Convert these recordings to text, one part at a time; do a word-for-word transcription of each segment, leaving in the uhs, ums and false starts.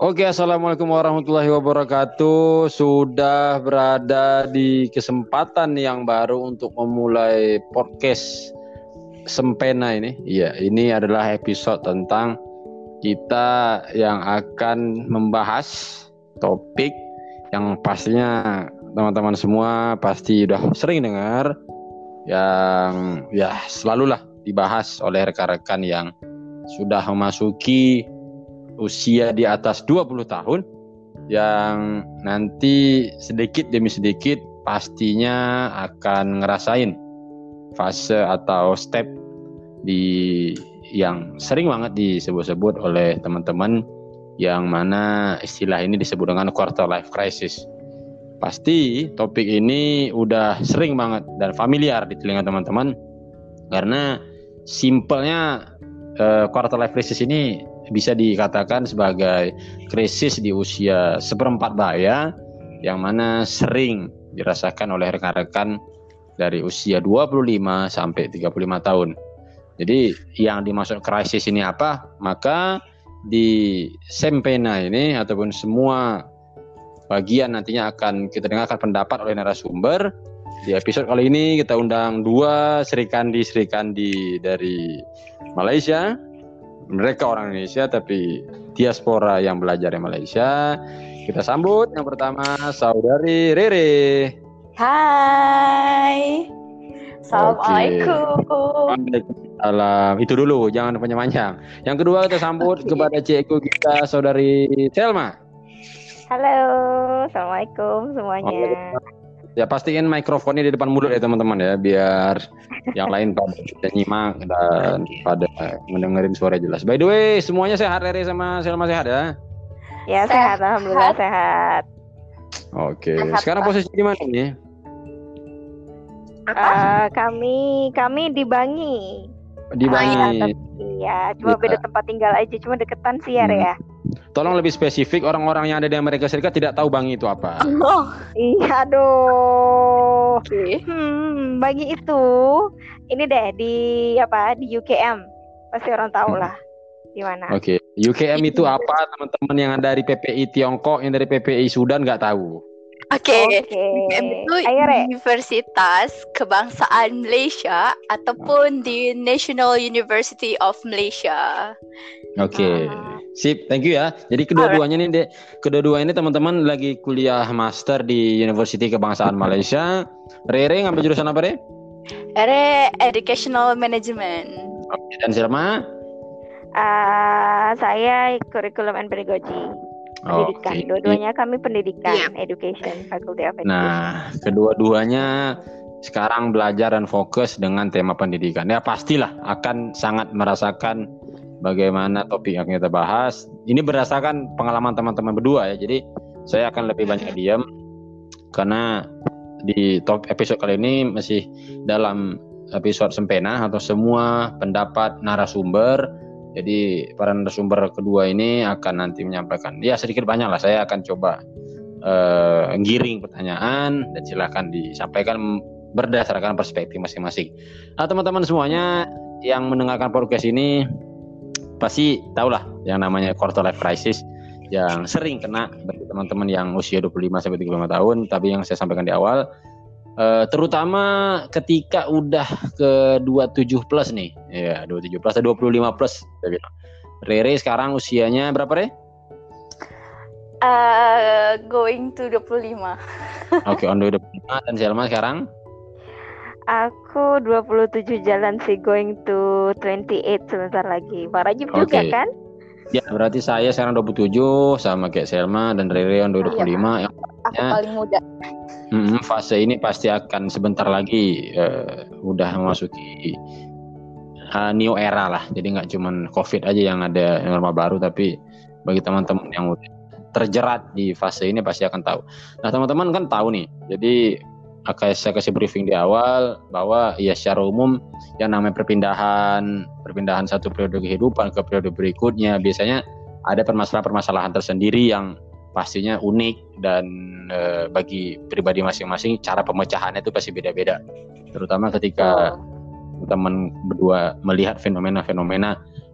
Oke, assalamualaikum warahmatullahi wabarakatuh. Sudah berada di kesempatan yang baru untuk memulai podcast Sempena ini. Iya, ini adalah episode tentang kita yang akan membahas topik yang pastinya teman-teman semua pasti udah sering dengar, yang ya selalulah dibahas oleh rekan-rekan yang sudah memasuki usia di atas dua puluh tahun, yang nanti sedikit demi sedikit pastinya akan ngerasain fase atau step di yang sering banget disebut-sebut oleh teman-teman, yang mana istilah ini disebut dengan quarter life crisis. Pasti topik ini udah sering banget dan familiar di telinga teman-teman, karena simpelnya uh, quarter life crisis ini bisa dikatakan sebagai krisis di usia seperempat baya, yang mana sering dirasakan oleh rekan-rekan dari usia dua puluh lima sampai tiga puluh lima tahun. Jadi yang dimaksud krisis ini apa? Maka di Sempena ini ataupun semua bagian nantinya akan kita dengarkan pendapat oleh narasumber. Di episode kali ini kita undang dua Sri Kandi Sri Kandi dari Malaysia. Mereka orang Indonesia tapi diaspora yang belajar di Malaysia. Kita sambut yang pertama saudari Rere. Hai. Assalamualaikum. Waalaikumsalam. Itu dulu, jangan panjang-panjang. Yang kedua kita sambut kepada cikgu kita saudari Selma. Halo, assalamualaikum semuanya. Ya, pastiin mikrofonnya di depan mulut ya teman-teman ya, biar yang lain pada bisa nyimak dan pada mendengarin suara jelas. By the way, semuanya sehat, Rere sama Selma sehat ya? Ya sehat, sehat. Alhamdulillah sehat. Oke, sehat, sekarang Pak. Posisi di mana nih? Uh, kami kami di Bangi. Di Bangi. Iya, cuma ya. Beda tempat tinggal aja, cuma deketan sih ya, hmm. ya. Tolong lebih spesifik, orang-orang yang ada di Amerika Serikat tidak tahu Bangi itu apa. Oh, iya aduh. Okay. Hmm, Bangi itu ini deh di apa di U K M. Pasti orang tahu lah hmm. di mana. Oke, okay. U K M itu apa, teman-teman yang dari P P I Tiongkok, yang dari P P I Sudan nggak tahu. Oke, okay. okay. U K M itu Ayo, Universitas Kebangsaan Malaysia ataupun di National University of Malaysia. Oke, okay. ah. Sip, thank you ya. Jadi kedua-duanya nih, dek, kedua-dua ini teman-teman lagi kuliah master di University Kebangsaan Malaysia. Rere ngambil jurusan apa, Re? Rere Educational Management. Oke, okay. Dan Selma? Uh, saya Curriculum and Pedagogy. Pendidikan, okay. Dua-duanya kami pendidikan, yeah. Education, Faculty of Education. Nah, kedua-duanya sekarang belajar dan fokus dengan tema pendidikan. Ya pastilah akan sangat merasakan bagaimana topik yang kita bahas. Ini berdasarkan pengalaman teman-teman berdua ya. Jadi saya akan lebih banyak diam karena di top episode kali ini masih dalam episode Sempena atau semua pendapat narasumber. Jadi para narasumber kedua ini akan nanti menyampaikan, ya sedikit banyak lah, saya akan coba uh, giring pertanyaan dan silakan disampaikan berdasarkan perspektif masing-masing. Nah, teman-teman semuanya yang mendengarkan podcast ini pasti tahulah yang namanya quarter life crisis yang sering kena bagi teman-teman yang usia dua puluh lima sampai tiga puluh lima tahun, tapi yang saya sampaikan di awal Uh, terutama ketika udah ke dua puluh tujuh plus nih, ya dua puluh tujuh plus atau dua puluh lima plus. Rere sekarang usianya berapa, Re? Uh, going to dua puluh lima. Oke, okay, on dua puluh lima. Dan Selma sekarang? Aku dua puluh tujuh jalan sih, going to dua puluh delapan sebentar lagi. Pak Rajib okay. juga kan? Ya, berarti saya sekarang dua puluh tujuh sama kayak Selma, dan Rere on dua puluh lima. Iya, yang aku paling muda. Hmm, fase ini pasti akan sebentar lagi uh, udah memasuki uh, new era lah. Jadi nggak cuman COVID aja yang ada norma baru, tapi bagi teman-teman yang udah terjerat di fase ini pasti akan tahu. Nah, teman-teman kan tahu nih. Jadi akan saya kasih briefing di awal bahwa ya secara umum yang namanya perpindahan perpindahan satu periode kehidupan ke periode berikutnya biasanya ada permasalahan-permasalahan tersendiri yang pastinya unik, dan e, bagi pribadi masing-masing cara pemecahannya itu pasti beda-beda. Terutama ketika oh. teman berdua melihat fenomena-fenomena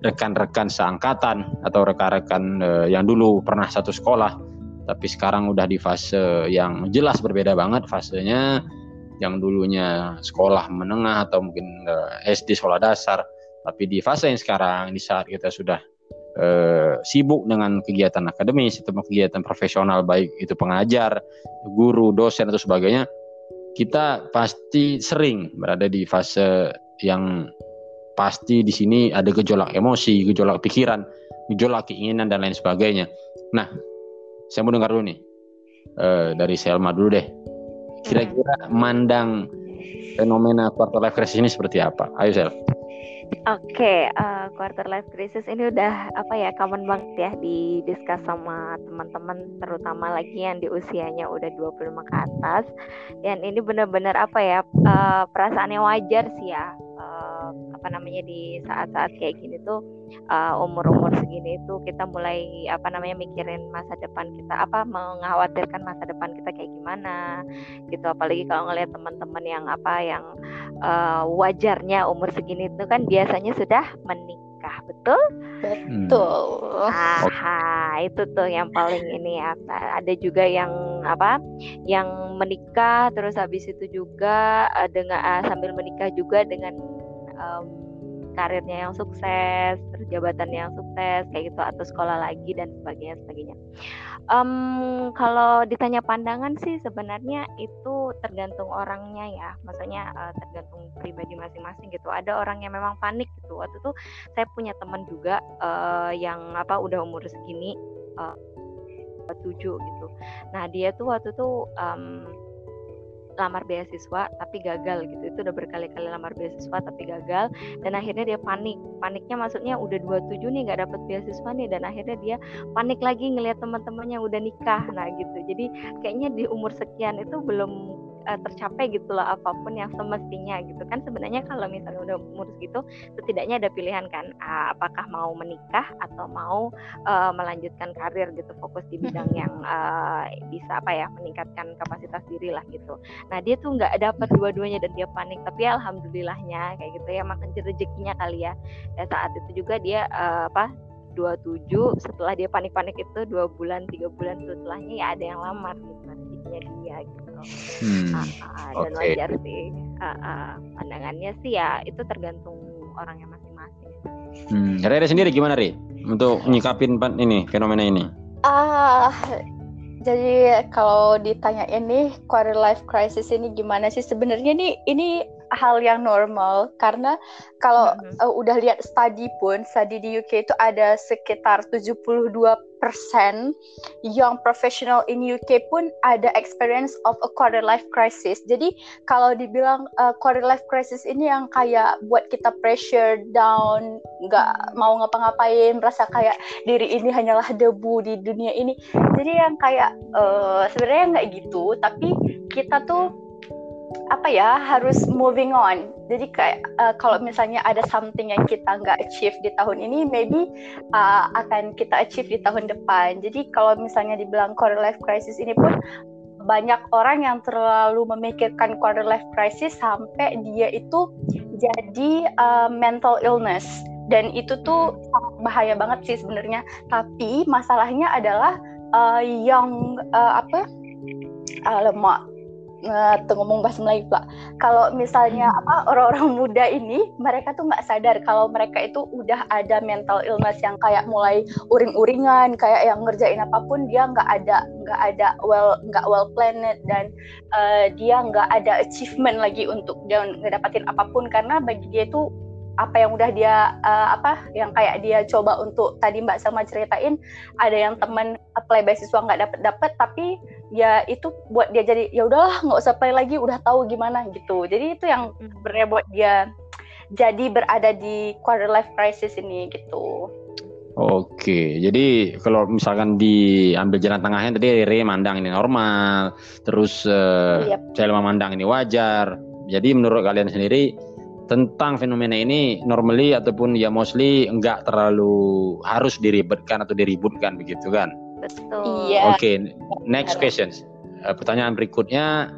rekan-rekan seangkatan atau rekan-rekan uh, yang dulu pernah satu sekolah, tapi sekarang udah di fase yang jelas berbeda banget fasenya, yang dulunya sekolah menengah atau mungkin uh, S D sekolah dasar, tapi di fase yang sekarang di saat kita sudah uh, sibuk dengan kegiatan akademis atau kegiatan profesional, baik itu pengajar, guru, dosen atau sebagainya, kita pasti sering berada di fase yang pasti di sini ada gejolak emosi, gejolak pikiran, gejolak keinginan dan lain sebagainya. Nah, saya mau dengar dulu nih uh, dari Selma dulu deh. Kira-kira mandang fenomena quarter life crisis ini seperti apa? Ayo Sel. Oke, okay, uh, quarter life crisis ini udah apa ya, common banget ya didiskus sama teman-teman, terutama lagi yang di usianya udah dua puluh lima ke atas. Dan ini benar-benar apa ya, uh, perasaan yang wajar sih ya. Uh, apa namanya di saat-saat kayak gini tuh, uh, umur-umur segini tuh kita mulai apa namanya mikirin masa depan kita, apa mengkhawatirkan masa depan kita kayak gimana gitu. Apalagi kalau ngelihat teman-teman yang apa yang uh, wajarnya umur segini itu kan biasanya sudah menikah, betul? Betul. Aha, itu tuh yang paling ini apa. Ada juga yang apa, yang menikah terus habis itu juga uh, dengan uh, sambil menikah juga dengan um, karirnya yang sukses, terus jabatan yang sukses kayak gitu, atau sekolah lagi dan sebagainya sebagainya. Um, kalau ditanya pandangan sih sebenarnya itu tergantung orangnya ya, maksudnya uh, tergantung pribadi masing-masing gitu. Ada orang yang memang panik gitu. Waktu itu saya punya teman juga uh, yang apa udah umur segini uh, tujuh gitu. Nah dia tuh waktu itu um, lamar beasiswa tapi gagal gitu. Itu udah berkali-kali lamar beasiswa tapi gagal, dan akhirnya dia panik. Paniknya maksudnya udah dua puluh tujuh nih gak dapet beasiswa nih, dan akhirnya dia panik lagi ngelihat teman-temannya udah nikah. Nah gitu. Jadi kayaknya di umur sekian itu belum uh, tercapai gitu lah apapun yang semestinya gitu kan. Sebenarnya kalau misalnya udah umur segitu setidaknya ada pilihan kan, uh, apakah mau menikah atau mau uh, melanjutkan karir gitu, fokus di bidang yang uh, bisa apa ya meningkatkan kapasitas diri lah gitu. Nah dia tuh nggak dapat dua-duanya dan dia panik, tapi alhamdulillahnya kayak gitu ya, makan rezekinya kali ya. Dan saat itu juga dia uh, apa dua puluh tujuh, setelah dia panik-panik itu dua bulan tiga bulan setelahnya ya ada yang lamar gitu, rezekinya dia gitu. Hmm, uh, uh, dan okay. Wajar sih uh, uh, pandangannya sih ya, itu tergantung orangnya masing-masing. Hmm, Rere sendiri gimana Ri untuk nyikapin ini fenomena ini? Ah uh, Jadi kalau ditanya ini quarter life crisis ini gimana sih, sebenarnya nih ini hal yang normal, karena kalau mm-hmm. uh, udah lihat studi pun, studi di U K itu ada sekitar tujuh puluh dua persen young professional in U K pun ada experience of a quarter life crisis. Jadi kalau dibilang uh, quarter life crisis ini yang kayak buat kita pressure down, nggak mau ngapa-ngapain, merasa kayak diri ini hanyalah debu di dunia ini. Jadi yang kayak uh, sebenarnya nggak gitu, tapi kita tuh apa ya harus moving on. Jadi kayak uh, kalau misalnya ada something yang kita nggak achieve di tahun ini, maybe uh, akan kita achieve di tahun depan. Jadi kalau misalnya dibilang quarter life crisis ini pun banyak orang yang terlalu memikirkan quarter life crisis sampai dia itu jadi uh, mental illness, dan itu tuh sangat bahaya banget sih sebenarnya. Tapi masalahnya adalah uh, yang uh, apa uh, lemak Nah, tuh ngomong bahasa Melayu pula. Kalau misalnya apa orang-orang muda ini, mereka tuh nggak sadar kalau mereka itu udah ada mental illness yang kayak mulai uring-uringan, kayak yang ngerjain apapun dia nggak ada nggak ada well nggak well planned, dan uh, dia nggak ada achievement lagi untuk dia ngedapatin apapun, karena bagi dia itu apa yang udah dia uh, apa yang kayak dia coba untuk tadi Mbak Selma ceritain, ada yang teman apply beasiswa nggak dapet dapet tapi ya itu buat dia jadi ya udahlah nggak usah apply lagi, udah tahu gimana gitu. Jadi itu yang sebenarnya buat dia jadi berada di quarter life crisis ini gitu. Oke, jadi kalau misalkan diambil jalan tengahnya tadi Rere mandang ini normal, terus uh, yep. saya memandang ini wajar. Jadi menurut kalian sendiri tentang fenomena ini normally ataupun ya mostly enggak terlalu harus diribetkan atau diributkan begitu kan? Betul. Iya. Oke, okay, next question. Uh, pertanyaan berikutnya,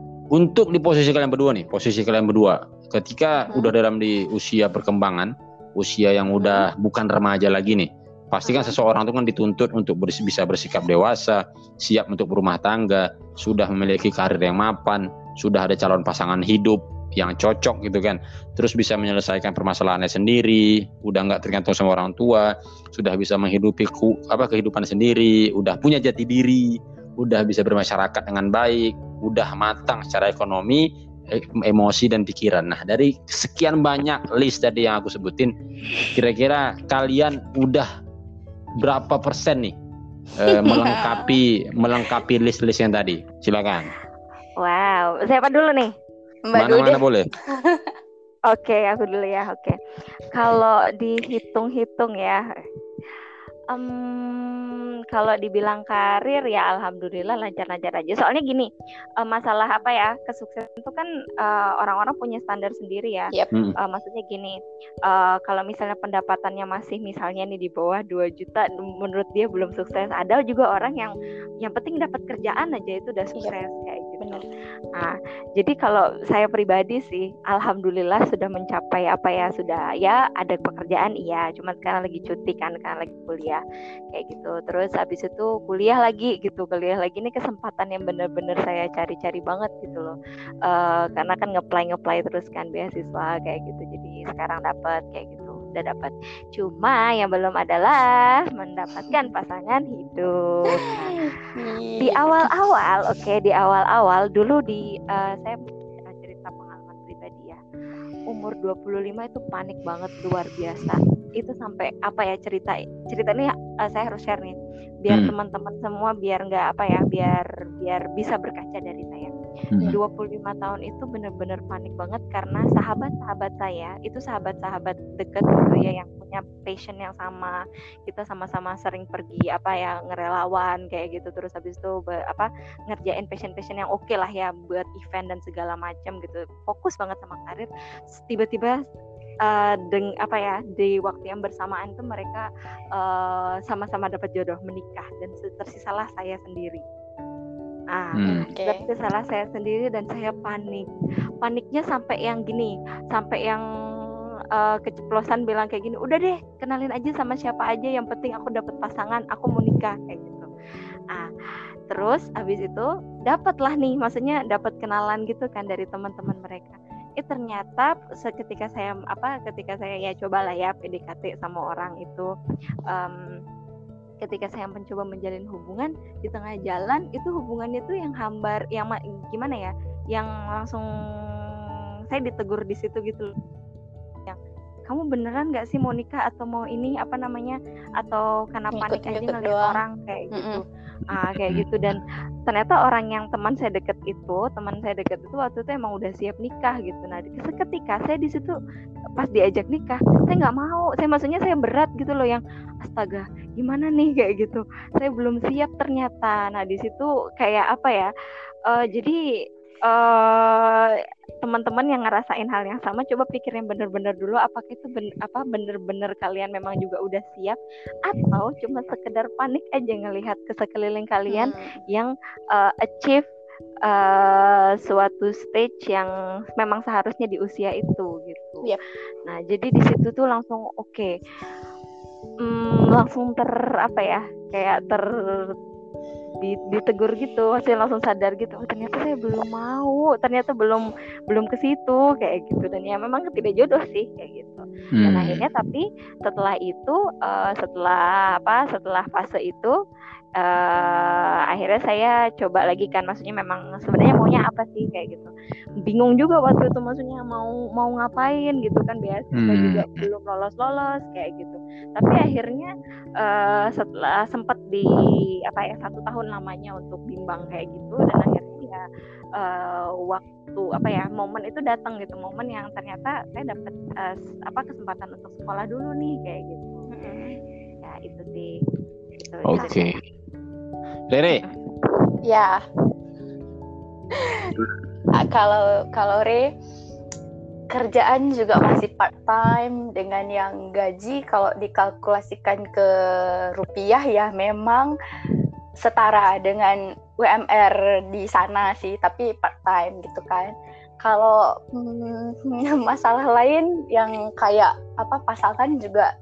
untuk di posisi kalian berdua nih, posisi kalian berdua, ketika hmm. udah dalam di usia perkembangan, usia yang udah bukan remaja lagi nih. Pasti kan seseorang itu kan dituntut untuk bers- bisa bersikap dewasa, siap untuk berumah tangga, sudah memiliki karir yang mapan, sudah ada calon pasangan hidup yang cocok gitu kan, terus bisa menyelesaikan permasalahannya sendiri, udah nggak tergantung sama orang tua, sudah bisa menghidupi ku, apa kehidupan sendiri, udah punya jati diri, udah bisa bermasyarakat dengan baik, udah matang secara ekonomi, emosi dan pikiran. Nah, dari sekian banyak list tadi yang aku sebutin, kira-kira kalian udah berapa persen nih eh, melengkapi melengkapi list-list yang tadi? Silakan. Wow, siapa dulu nih? Mbak Mana-mana boleh. Oke, aku dulu ya. Oke, kalau dihitung-hitung ya, um, kalau dibilang karir ya alhamdulillah lancar-lancar aja. Soalnya gini, uh, masalah apa ya, kesuksesan itu kan uh, orang-orang punya standar sendiri ya. Yep. Hmm. Uh, maksudnya gini, uh, kalau misalnya pendapatannya masih misalnya nih di bawah dua juta, menurut dia belum sukses. Ada juga orang yang yang penting dapat kerjaan aja itu udah sukses. Yep. Kayak gitu. Benar. Nah, jadi kalau saya pribadi sih, alhamdulillah sudah mencapai apa ya, sudah ya ada pekerjaan iya, cuma sekarang lagi cuti kan, karena lagi kuliah kayak gitu. Terus habis itu kuliah lagi gitu, kuliah lagi ini kesempatan yang benar-benar saya cari-cari banget gitu loh, uh, karena kan ngeplay ngeplay terus kan beasiswa kayak gitu. Jadi sekarang dapat kayak gitu, udah dapat. Cuma yang belum adalah mendapatkan pasangan hidup. Nah, di awal-awal, oke okay, di awal-awal dulu di uh, saya cerita pengalaman pribadi ya. Umur dua puluh lima itu panik banget luar biasa. Itu sampai apa ya cerita cerita ini uh, saya harus share nih biar hmm. teman-teman semua biar nggak apa ya biar biar bisa berkaca dari saya. Hmm. dua puluh lima tahun itu benar-benar panik banget karena sahabat-sahabat saya itu sahabat-sahabat dekat gitu ya yang punya passion yang sama, kita sama-sama sering pergi apa ya ngerelawan kayak gitu, terus habis itu ber, apa ngerjain passion-passion yang oke okay lah ya buat event dan segala macam gitu, fokus banget sama karir. Tiba-tiba uh, deng apa ya di waktu yang bersamaan itu mereka uh, sama-sama dapat jodoh menikah dan tersisalah saya sendiri. Ah, hmm. okay. Tapi salah saya sendiri dan saya panik. Paniknya sampai yang gini, sampai yang uh, keceplosan bilang kayak gini, udah deh kenalin aja sama siapa aja, yang penting aku dapat pasangan, aku mau nikah kayak gitu. Ah, terus habis itu dapatlah nih, maksudnya dapat kenalan gitu kan dari teman-teman mereka. Eh ternyata seketika saya apa, ketika saya ya cobalah ya P D K T sama orang itu. Um, ketika saya mencoba menjalin hubungan di tengah jalan itu hubungannya tuh yang hambar, yang gimana ya, yang langsung saya ditegur di situ gitu, yang kamu beneran nggak sih mau nikah atau mau ini apa namanya, atau karena panik aja ngeliat doang. Orang kayak gitu. Mm-hmm. Ah kayak gitu. Dan ternyata orang yang teman saya deket itu teman saya deket itu waktu itu emang udah siap nikah gitu. Nah seketika saya di situ pas diajak nikah saya nggak mau, saya maksudnya saya berat gitu loh, yang astaga gimana nih kayak gitu, saya belum siap ternyata. Nah di situ kayak apa ya, uh, jadi uh, teman-teman yang ngerasain hal yang sama coba pikirin bener-bener dulu apakah itu ben, apa bener-bener kalian memang juga udah siap atau cuma sekedar panik aja ngelihat ke sekeliling kalian hmm. yang uh, achieve uh, suatu stage yang memang seharusnya di usia itu gitu. Yep. Nah jadi di situ tuh langsung oke. Okay. Hmm, langsung ter apa ya kayak ter ditegur gitu, saya langsung sadar gitu, oh, ternyata saya belum mau, ternyata belum belum ke situ kayak gitu, dan ya memang tidak jodoh sih kayak gitu. Hmm. Dan akhirnya tapi setelah itu uh, setelah apa setelah fase itu uh, akhirnya saya coba lagi kan, maksudnya memang sebenarnya maunya apa sih kayak gitu, bingung juga waktu itu maksudnya mau mau ngapain gitu kan, beasiswa hmm. juga belum lolos-lolos kayak gitu. Tapi akhirnya uh, setelah sempat di apa ya satu tahun lamanya untuk bimbang kayak gitu, dan akhirnya ya uh, waktu apa ya momen itu datang gitu, momen yang ternyata saya dapat uh, apa kesempatan untuk sekolah dulu nih kayak gitu. Mm-hmm. Ya itu sih. Gitu, Oke. Okay. Rere. Ya. Kalau kalau Re kerjaan juga masih part time dengan yang gaji kalau dikalkulasikan ke rupiah ya memang setara dengan U M R di sana sih, tapi part time gitu kan. kalau hmm, masalah lain yang kayak apa pasangan juga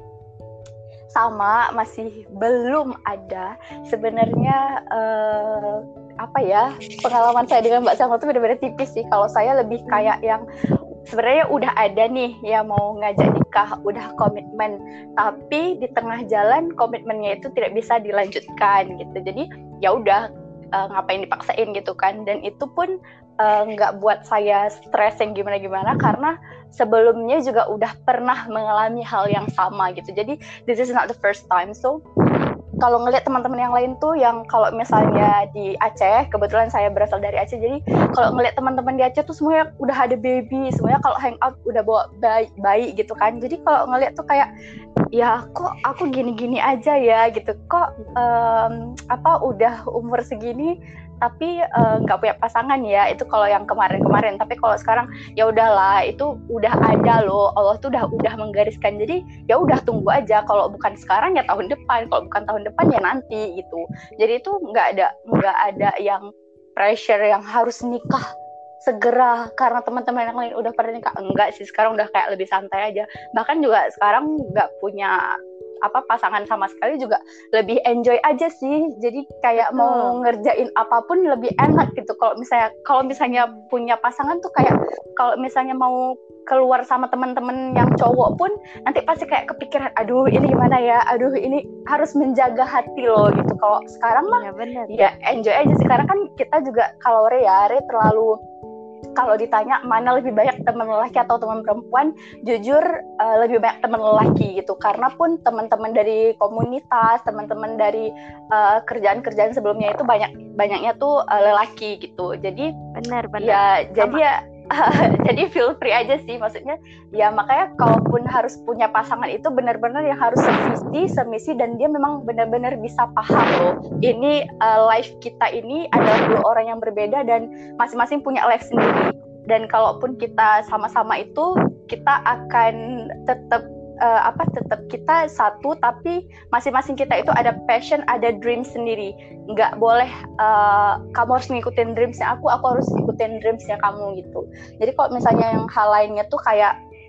sama, masih belum ada. Sebenarnya uh, apa ya, pengalaman saya dengan Mbak Selma itu benar-benar tipis sih. Kalau saya lebih kayak yang sebenarnya udah ada nih ya mau ngajak nikah, udah komitmen, tapi di tengah jalan komitmennya itu tidak bisa dilanjutkan gitu. Jadi ya udah, uh, ngapain dipaksain gitu kan. Dan itu pun nggak uh, buat saya stres yang gimana-gimana, karena sebelumnya juga udah pernah mengalami hal yang sama gitu. Jadi this is not the first time. So kalau ngelihat teman-teman yang lain tuh yang kalau misalnya di Aceh, kebetulan saya berasal dari Aceh, jadi kalau ngelihat teman-teman di Aceh tuh semuanya udah ada baby, semuanya kalau hangout udah bawa bayi, bayi gitu kan. Jadi kalau ngelihat tuh kayak ya kok aku gini-gini aja ya gitu, kok um, apa udah umur segini tapi nggak uh, punya pasangan ya. Itu kalau yang kemarin-kemarin. Tapi kalau sekarang ya udahlah, itu udah ada loh, Allah tuh udah udah menggariskan. Jadi ya udah tunggu aja, kalau bukan sekarang ya tahun depan, kalau bukan tahun depan ya nanti gitu. Jadi itu nggak ada nggak ada yang pressure yang harus nikah segera karena teman-teman yang lain udah pada nikah. Enggak sih, sekarang udah kayak lebih santai aja. Bahkan juga sekarang nggak punya apa pasangan sama sekali juga lebih enjoy aja sih. Jadi kayak hmm. mau ngerjain apapun lebih enak gitu. Kalau misalnya kalau misalnya punya pasangan tuh kayak kalau misalnya mau keluar sama teman-teman yang cowok pun nanti pasti kayak kepikiran, aduh ini gimana ya, aduh ini harus menjaga hati loh gitu. Kalau sekarang mah ya, bener. Ya enjoy aja sih. Karena kan kita juga kalau Re ya Re terlalu, kalau ditanya mana lebih banyak teman lelaki atau teman perempuan, jujur uh, lebih banyak teman lelaki gitu. Karena pun teman-teman dari komunitas, teman-teman dari uh, kerjaan-kerjaan sebelumnya itu banyak banyaknya tuh uh, lelaki gitu. Jadi benar-benar. Ya sama. Jadi ya uh, jadi feel free aja sih, maksudnya ya makanya kalaupun harus punya pasangan itu benar-benar yang harus sevisi, semisi, dan dia memang benar-benar bisa paham loh. Ini uh, life kita ini adalah dua orang yang berbeda dan masing-masing punya life sendiri. Dan kalaupun kita sama-sama itu, kita akan tetap uh, apa tetap kita satu, tapi masing-masing kita itu ada passion, ada dream sendiri. Nggak boleh uh, kamu harus ngikutin dreamsnya aku, aku harus ngikutin dreamsnya kamu gitu. Jadi kalau misalnya yang hal lainnya tuh kayak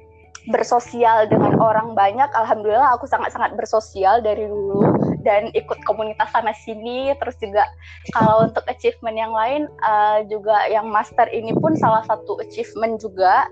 bersosial dengan orang banyak, alhamdulillah aku sangat-sangat bersosial dari dulu dan ikut komunitas sana sini. Terus juga kalau untuk achievement yang lain uh, juga yang master ini pun salah satu achievement juga.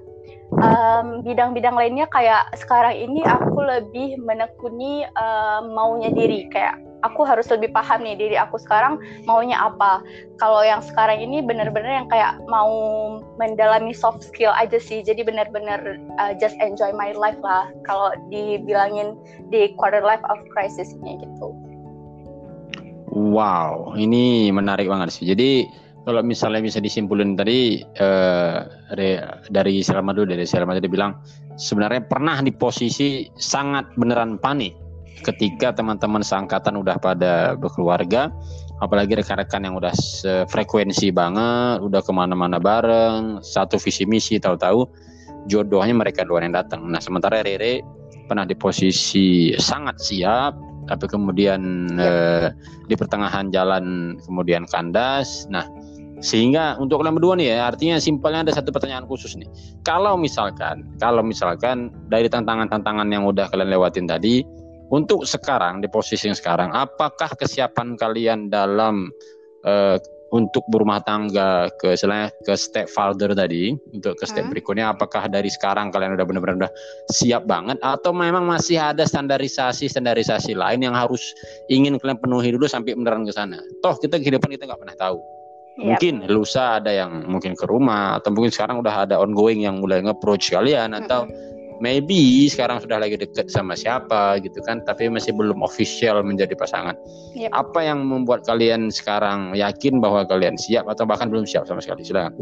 Um, bidang-bidang lainnya kayak sekarang ini aku lebih menekuni uh, maunya diri, kayak aku harus lebih paham nih diri aku sekarang maunya apa. Kalau yang sekarang ini benar-benar yang kayak mau mendalami soft skill aja sih, jadi benar-benar uh, just enjoy my life lah kalau dibilangin di quarter life of crisis ini gitu. Wow, ini menarik banget sih. Jadi kalau misalnya bisa disimpulin tadi eh, dari Selma dulu, dari Selma tadi bilang sebenarnya pernah di posisi sangat beneran panik ketika teman-teman seangkatan udah pada berkeluarga, apalagi rekan-rekan yang udah sefrekuensi banget, udah kemana-mana bareng, satu visi misi, tahu-tahu jodohnya mereka dua yang datang. Nah sementara Rere pernah di posisi sangat siap, tapi kemudian yep. eh, di pertengahan jalan kemudian kandas. Nah sehingga untuk kalian berdua nih ya, artinya simpelnya ada satu pertanyaan khusus nih. Kalau misalkan, kalau misalkan dari tantangan-tantangan yang udah kalian lewatin tadi, untuk sekarang di posisi yang sekarang, apakah kesiapan kalian dalam uh, untuk berumah tangga ke selain ke step further tadi, untuk ke step hmm. berikutnya, apakah dari sekarang kalian udah benar-benar udah siap banget, atau memang masih ada standarisasi standarisasi lain yang harus ingin kalian penuhi dulu sampai beneran ke sana? Toh kita kehidupan kita nggak pernah tahu. Mungkin yep. lusa ada yang mungkin ke rumah, atau mungkin sekarang udah ada ongoing yang mulai nge-approach kalian, atau mm-hmm. maybe sekarang sudah lagi deket sama siapa gitu kan, tapi masih belum official menjadi pasangan. Yep. Apa yang membuat kalian sekarang yakin bahwa kalian siap atau bahkan belum siap sama sekali? Silakan.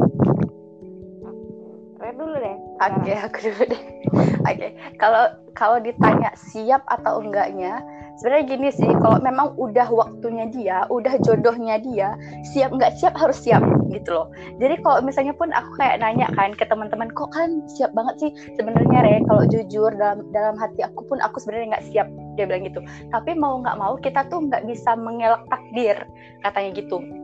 Red dulu deh. Oke, okay, aku dulu deh. Oke, okay. kalau kalau ditanya siap atau enggaknya, sebenarnya gini sih, kalau memang udah waktunya dia, udah jodohnya dia, siap nggak siap harus siap gitu loh. Jadi kalau misalnya pun aku kayak nanya kan ke teman-teman, kok kan siap banget sih sebenarnya Re, kalau jujur dalam dalam hati aku pun aku sebenarnya nggak siap, dia bilang gitu. Tapi mau nggak mau kita tuh nggak bisa mengelak takdir, katanya gitu.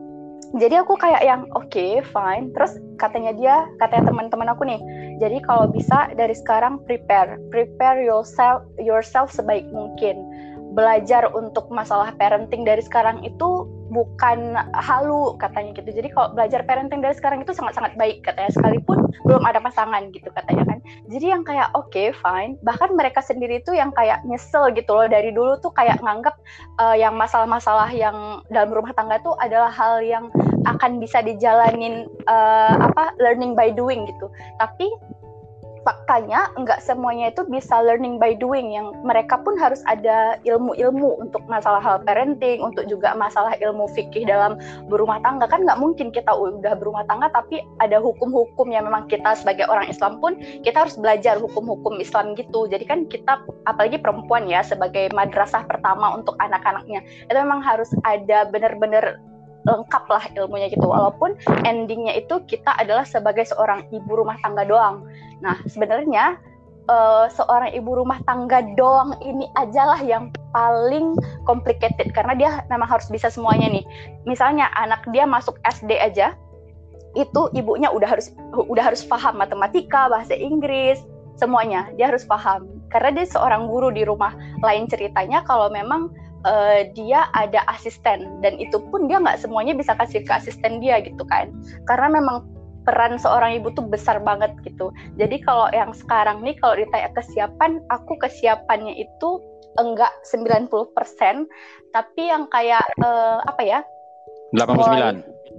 Jadi aku kayak yang oke okay, fine. Terus katanya dia, katanya teman-teman aku nih, jadi kalau bisa dari sekarang prepare, prepare yourself, yourself sebaik mungkin. Belajar untuk masalah parenting dari sekarang itu bukan halu katanya gitu. Jadi kalau belajar parenting dari sekarang itu sangat-sangat baik katanya, sekalipun belum ada pasangan gitu katanya kan. Jadi yang kayak oke okay, fine. Bahkan mereka sendiri tuh yang kayak nyesel gitu loh, dari dulu tuh kayak nganggap uh, yang masalah-masalah yang dalam rumah tangga tuh adalah hal yang akan bisa dijalanin uh, apa learning by doing gitu. Tapi faktanya enggak semuanya itu bisa learning by doing, yang mereka pun harus ada ilmu-ilmu untuk masalah hal parenting, untuk juga masalah ilmu fikih dalam berumah tangga. Kan nggak mungkin kita udah berumah tangga tapi ada hukum-hukum yang memang kita sebagai orang Islam pun kita harus belajar hukum-hukum Islam gitu. Jadi kan kita, apalagi perempuan ya, sebagai madrasah pertama untuk anak-anaknya, itu memang harus ada benar-benar lengkap lah ilmunya gitu, walaupun endingnya itu kita adalah sebagai seorang ibu rumah tangga doang. Nah sebenarnya uh, seorang ibu rumah tangga doang ini ajalah yang paling complicated, karena dia memang harus bisa semuanya nih. Misalnya anak dia masuk S D aja, itu ibunya udah harus udah harus paham matematika, bahasa Inggris, semuanya dia harus paham, karena dia seorang guru di rumah. Lain ceritanya kalau memang Uh, dia ada asisten, dan itu pun dia nggak semuanya bisa kasih ke asisten dia gitu kan, karena memang peran seorang ibu tuh besar banget gitu. Jadi kalau yang sekarang nih, kalau ditanya kesiapan, aku kesiapannya itu enggak sembilan puluh persen, tapi yang kayak uh, apa ya, delapan puluh sembilan.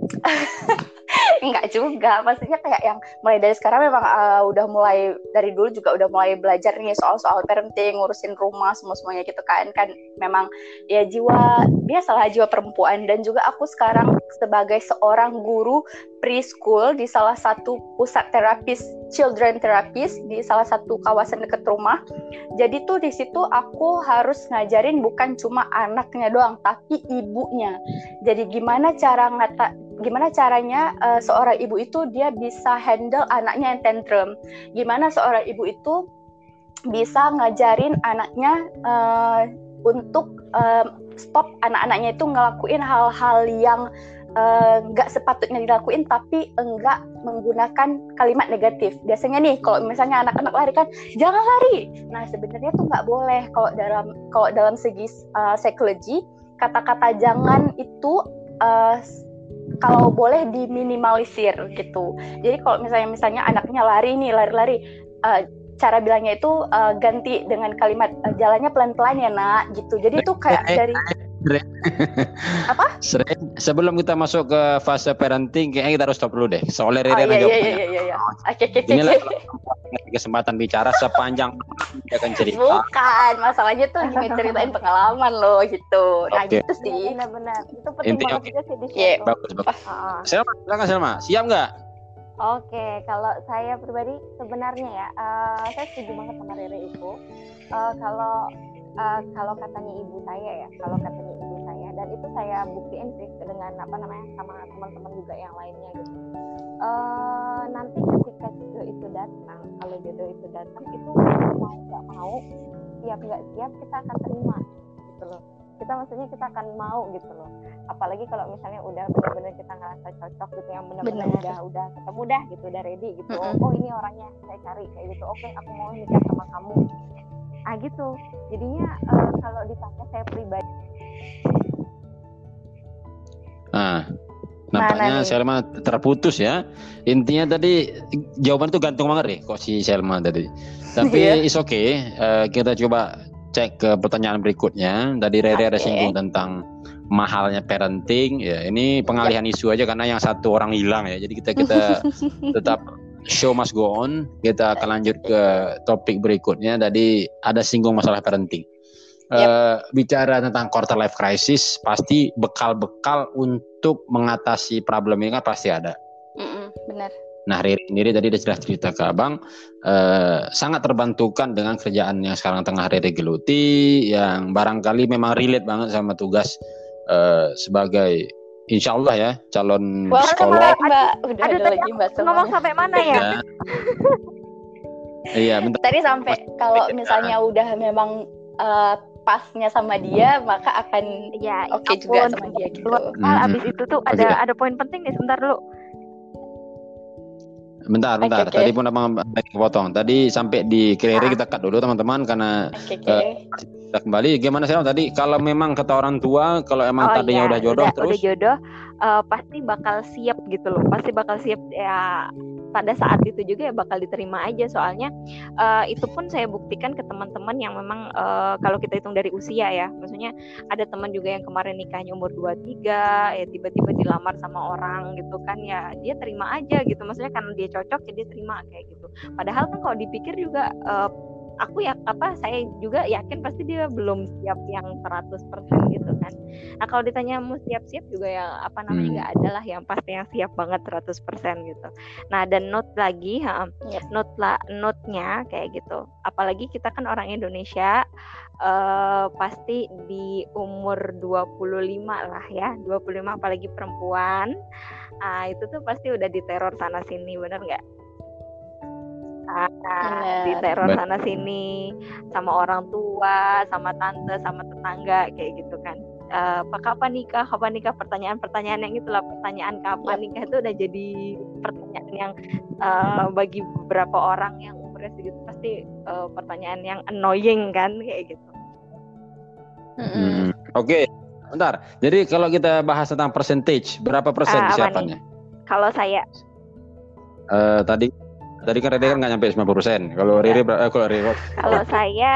Enggak juga, maksudnya kayak yang mulai dari sekarang memang uh, udah mulai dari dulu juga udah mulai belajar nih soal-soal parenting, ngurusin rumah, semua-semuanya gitu kan. Kan memang ya jiwa, biasalah jiwa perempuan. Dan juga aku sekarang sebagai seorang guru preschool di salah satu pusat terapis, children therapist di salah satu kawasan dekat rumah. Jadi tuh di situ aku harus ngajarin bukan cuma anaknya doang, tapi ibunya. Jadi gimana cara ngata Gimana caranya uh, seorang ibu itu dia bisa handle anaknya yang tantrum. Gimana seorang ibu itu bisa ngajarin anaknya uh, untuk uh, stop anak-anaknya itu ngelakuin hal-hal yang nggak uh, sepatutnya dilakuin, tapi enggak menggunakan kalimat negatif. Biasanya nih kalau misalnya anak-anak lari kan, jangan lari. Nah sebenarnya tuh nggak boleh. Kalau dalam kalau dalam segi uh, psikologi, kata-kata jangan itu uh, kalau boleh diminimalisir gitu. Jadi kalau misalnya misalnya anaknya lari nih, lari-lari, uh, cara bilangnya itu uh, ganti dengan kalimat uh, jalannya pelan-pelan ya nak gitu. Jadi itu kayak dari apa? Sebelum kita masuk ke fase parenting, kayaknya kita harus stop dulu deh. Soalnya Rere oh, iya, iya, iya, iya, iya. Oke, oke, oke. Inilah kesempatan bicara sepanjang dia akan cerita. Bukan, masalahnya tuh gini, ceritain pengalaman lo gitu. Nah okay. gitu sih. Benar-benar. Itu penting Intinya, banget juga sih di yeah. situ. Bagus, bagus. Uh-huh. Selma, silakan Selma. Siap nggak? Oke, kalau saya pribadi sebenarnya ya, uh, saya setuju banget sama Rere itu. Uh, kalau uh, kalau katanya ibu saya ya, kalau katanya ibu saya, dan itu saya buktiin sih dengan apa namanya sama teman-teman juga yang lainnya gitu. Uh, nanti ketika jodoh itu datang, kalau jodoh itu datang itu mau nggak mau, siap nggak siap kita akan terima gitu loh. Kita maksudnya kita akan mau gitu loh. Apalagi kalau misalnya udah benar-benar kita ngerasa cocok gitu, yang benar-benar Bener. udah udah ketemu dah gitu, udah ready gitu. Mm-hmm. Oh ini orangnya saya cari kayak gitu. Oke, aku mau nikah sama kamu. Ah gitu. Jadinya uh, kalau ditanya saya pribadi. Nah, nampaknya Selma terputus ya. Intinya tadi jawaban itu gantung banget deh kok si Selma tadi. Tapi yeah. It's okay. Uh, kita coba cek ke pertanyaan berikutnya. Tadi Rere okay. ada singgung tentang mahalnya parenting. Ya, ini pengalihan yep. isu aja karena yang satu orang hilang ya. Jadi kita kita tetap show must go on. Kita akan lanjut ke topik berikutnya. Tadi ada singgung masalah parenting. Yep. Uh, bicara tentang quarter life crisis, pasti bekal-bekal untuk mengatasi problem ini kan pasti ada. Mm-mm, benar. Nah, Riri sendiri tadi sudah cerita ke Abang, uh, sangat terbantukan dengan kerjaan yang sekarang tengah Riri geluti, yang barangkali memang relate banget sama tugas uh, sebagai insya Allah ya calon Wah, psikolog. Mbak, udah Aduh, ada tadi lagi Mbak ngomong sampai mana ya? Iya, bentar. Tadi sampai kalau misalnya udah memang uh, pasnya sama dia maka akan ya oke okay juga sama dia gitu. Nah, abis itu tuh ada okay. ada poin penting nih, sebentar dulu. Bentar, bentar. Okay, okay. Tadi pun abang potong. Tadi sampai di clear kita cut dulu teman-teman karena okay, okay. Uh, kita kembali. Gimana sih tadi? Kalau memang kata orang tua, kalau emang oh, tadinya iya. udah jodoh udah, terus. Udah jodoh, uh, pasti bakal siap gitu loh. Pasti bakal siap ya. Pada saat itu juga ya bakal diterima aja, soalnya uh, itu pun saya buktikan ke teman-teman yang memang uh, kalau kita hitung dari usia ya, maksudnya ada teman juga yang kemarin nikahnya umur dua puluh tiga ya tiba-tiba dilamar sama orang gitu kan, ya dia terima aja gitu, maksudnya karena dia cocok ya dia terima kayak gitu. Padahal kan kalau dipikir juga uh, aku ya apa saya juga yakin pasti dia belum siap yang seratus persen gitu kan. Nah kalau ditanya mau siap-siap juga ya apa namanya nggak hmm. ada lah yang pasti yang siap banget seratus persen gitu. Nah dan note lagi ha, yes. note la, note-nya kayak gitu. Apalagi kita kan orang Indonesia uh, pasti di umur dua puluh lima lah ya, dua puluh lima apalagi perempuan. Ah itu tuh pasti udah diteror sana sini, bener nggak? Nah, di teror sana sini sama orang tua, sama tante, sama tetangga kayak gitu kan. Uh, kapan nikah, kapan nikah, pertanyaan-pertanyaan yang itulah, pertanyaan kapan nikah itu udah jadi pertanyaan yang uh, bagi beberapa orang yang umurnya segitu pasti uh, pertanyaan yang annoying kan kayak gitu. Hmm. Oke, okay. Bentar. Jadi kalau kita bahas tentang percentage, berapa persen uh, kesiapannya? Kalau saya uh, tadi Tadi kan Riri kan nggak nyampe sembilan puluh persen. Kalau Riri berapa? Eh, kalau Riri Kalau saya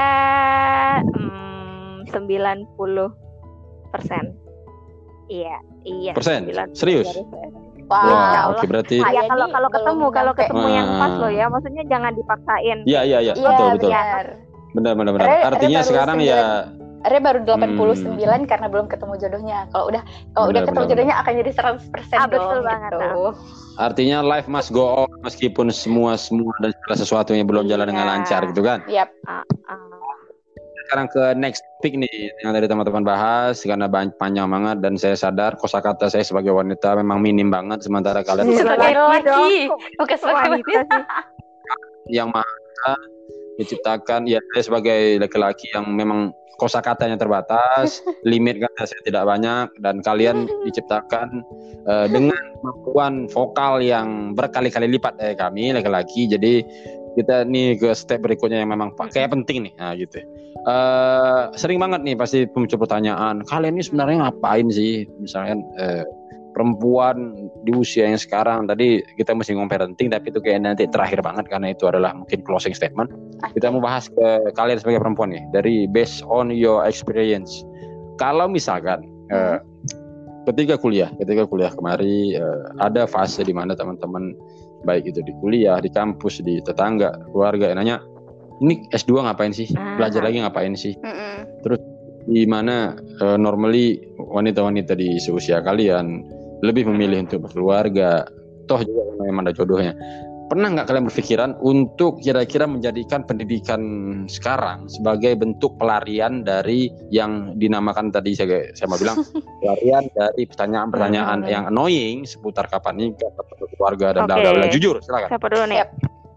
hmm, sembilan puluh persen. Iya, iya. Persen? Serius? Wow. Wow, oke okay, berarti. Ya kalau kalau ketemu kalau ketemu yang pas loh ya, maksudnya jangan dipaksain. Iya iya iya, betul betul. Benar benar benar. Artinya sekarang ya Re baru delapan puluh sembilan hmm. karena belum ketemu jodohnya. Kalau udah kalau udah ketemu bener, jodohnya akan jadi seratus persen ah, dong banget, gitu. Nah. Artinya life must go on meskipun semua semua dan segala sesuatunya belum jalan yeah. dengan lancar gitu kan. Yap. Uh, uh. Sekarang ke next topic nih yang tadi teman-teman bahas karena panjang banget dan saya sadar kosakata saya sebagai wanita memang minim banget sementara kalian sebagai laki. Oke, sebagai wanita yang maha diciptakan ya saya sebagai laki-laki yang memang kosakatanya terbatas, limit kata saya tidak banyak dan kalian diciptakan uh, dengan kemampuan vokal yang berkali-kali lipat dari kami laki-laki. Jadi kita nih ke step berikutnya yang memang kayak penting nih, nah gitu. Uh, sering banget nih pasti muncul pertanyaan, kalian ini sebenarnya ngapain sih? Misalkan uh, perempuan di usia yang sekarang, tadi kita mesti ngomong parenting tapi itu kayak nanti terakhir banget karena itu adalah mungkin closing statement. Kita mau bahas ke kalian sebagai perempuan nih dari based on your experience. Kalau misalkan hmm. uh, ketika kuliah, ketika kuliah kemarin uh, ada fase di mana teman-teman baik itu di kuliah, di kampus, di tetangga, keluarga yang nanya, ini S dua ngapain sih? Belajar lagi ngapain sih? Hmm. Terus di mana uh, normally wanita-wanita di seusia kalian lebih memilih untuk berkeluarga, toh juga memang ada jodohnya. Pernah nggak kalian berpikiran untuk kira-kira menjadikan pendidikan sekarang sebagai bentuk pelarian dari yang dinamakan tadi saya, saya mau bilang pelarian dari pertanyaan-pertanyaan yang annoying seputar kapan nikah, kapan berkeluarga dan bla bla bla. Jujur, silakan. Siapa dulu nih? Yep.